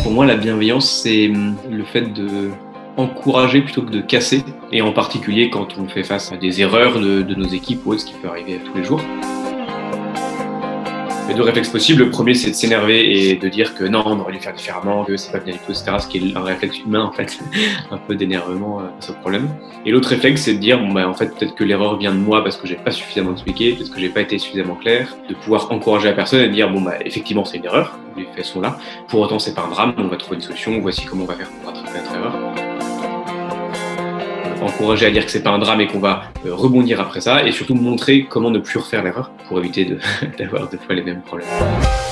Pour moi, la bienveillance, c'est le fait de encourager plutôt que de casser, et en particulier quand on fait face à des erreurs de nos équipes ou autre, ce qui peut arriver tous les jours. Les deux réflexes possibles, le premier c'est de s'énerver et de dire que non, on aurait dû faire différemment, que c'est pas bien du tout, etc. Ce qui est un réflexe humain en fait, un peu d'énervement face au problème. Et l'autre réflexe c'est de dire bon bah en fait peut-être que l'erreur vient de moi parce que j'ai pas suffisamment expliqué, peut-être que j'ai pas été suffisamment clair, de pouvoir encourager la personne et de dire bon bah effectivement c'est une erreur, les faits sont là, pour autant c'est pas un drame, on va trouver une solution, voici comment on va faire pour rattraper notre erreur. Encourager à dire que c'est pas un drame et qu'on va rebondir après ça, et surtout montrer comment ne plus refaire l'erreur pour éviter d'avoir deux fois les mêmes problèmes.